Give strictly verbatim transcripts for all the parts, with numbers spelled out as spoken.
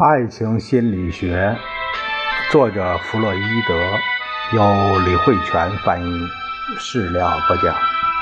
爱情心理学，作者弗洛伊德，由李慧泉翻译，释料播讲。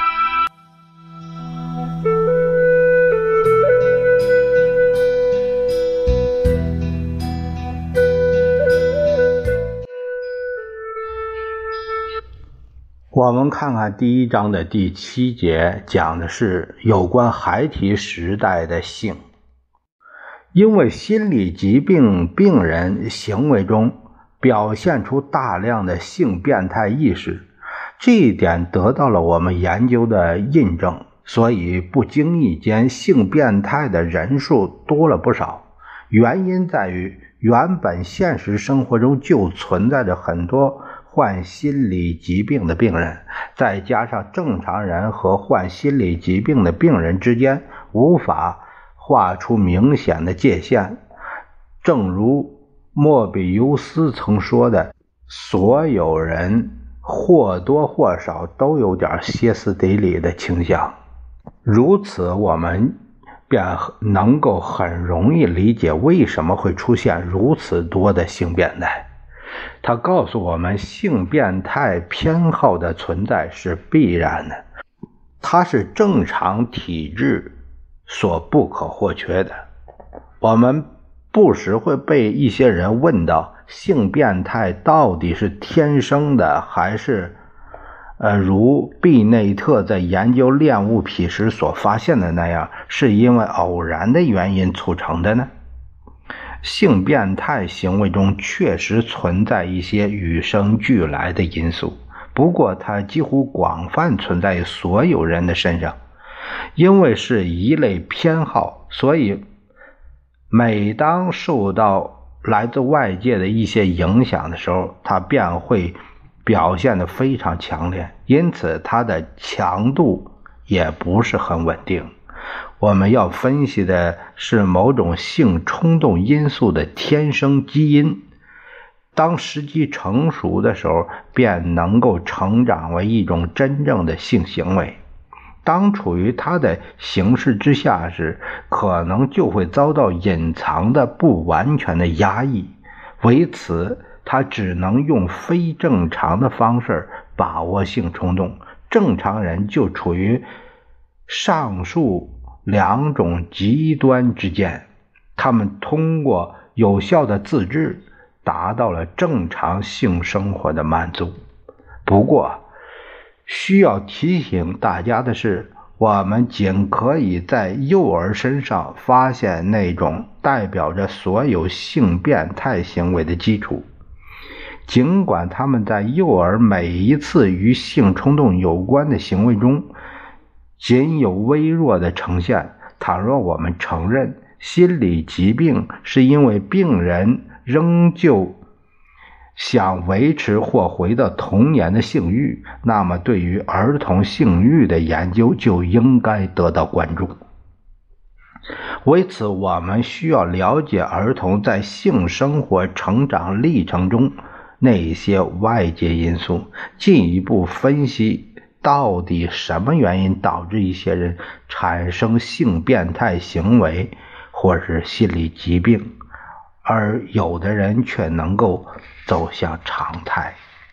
我们看看第一章的第七节，讲的是有关孩提时代的性。因为心理疾病病人行为中表现出大量的性变态意识，这一点得到了我们研究的印证，所以不经意间性变态的人数多了不少。原因在于原本现实生活中就存在着很多患心理疾病的病人，再加上正常人和患心理疾病的病人之间无法画出明显的界限，正如莫比乌斯曾说的，所有人或多或少都有点歇斯底里的倾向。如此，我们便能够很容易理解为什么会出现如此多的性变态。他告诉我们，性变态偏好的存在是必然的，它是正常体质所不可或缺的。我们不时会被一些人问到，性变态到底是天生的，还是呃，如毕内特在研究恋物癖时所发现的那样，是因为偶然的原因促成的呢？性变态行为中确实存在一些与生俱来的因素，不过它几乎广泛存在于所有人的身上。因为是一类偏好，所以每当受到来自外界的一些影响的时候，它便会表现得非常强烈，因此它的强度也不是很稳定。我们要分析的是某种性冲动因素的天生基因，当时机成熟的时候，便能够成长为一种真正的性行为。当处于它的形式之下时，可能就会遭到隐藏的不完全的压抑，为此他只能用非正常的方式把握性冲动。正常人就处于上述两种极端之间，他们通过有效的自制达到了正常性生活的满足。不过需要提醒大家的是，我们仅可以在幼儿身上发现那种代表着所有性变态行为的基础，尽管他们在幼儿每一次与性冲动有关的行为中仅有微弱的呈现。倘若我们承认心理疾病是因为病人仍旧想维持或回到童年的性欲，那么对于儿童性欲的研究就应该得到关注。为此，我们需要了解儿童在性生活成长历程中那些外界因素，进一步分析到底什么原因导致一些人产生性变态行为或是心理疾病，而有的人却能够走向常态。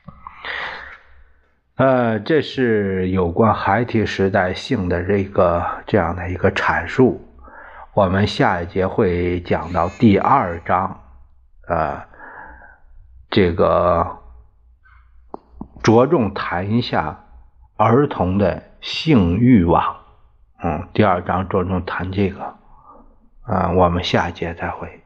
呃，这是有关孩提时代性的这个这样的一个阐述。我们下一节会讲到第二章，呃，这个着重谈一下儿童的性欲望。嗯，第二章着重谈这个。呃，我们下一节再会。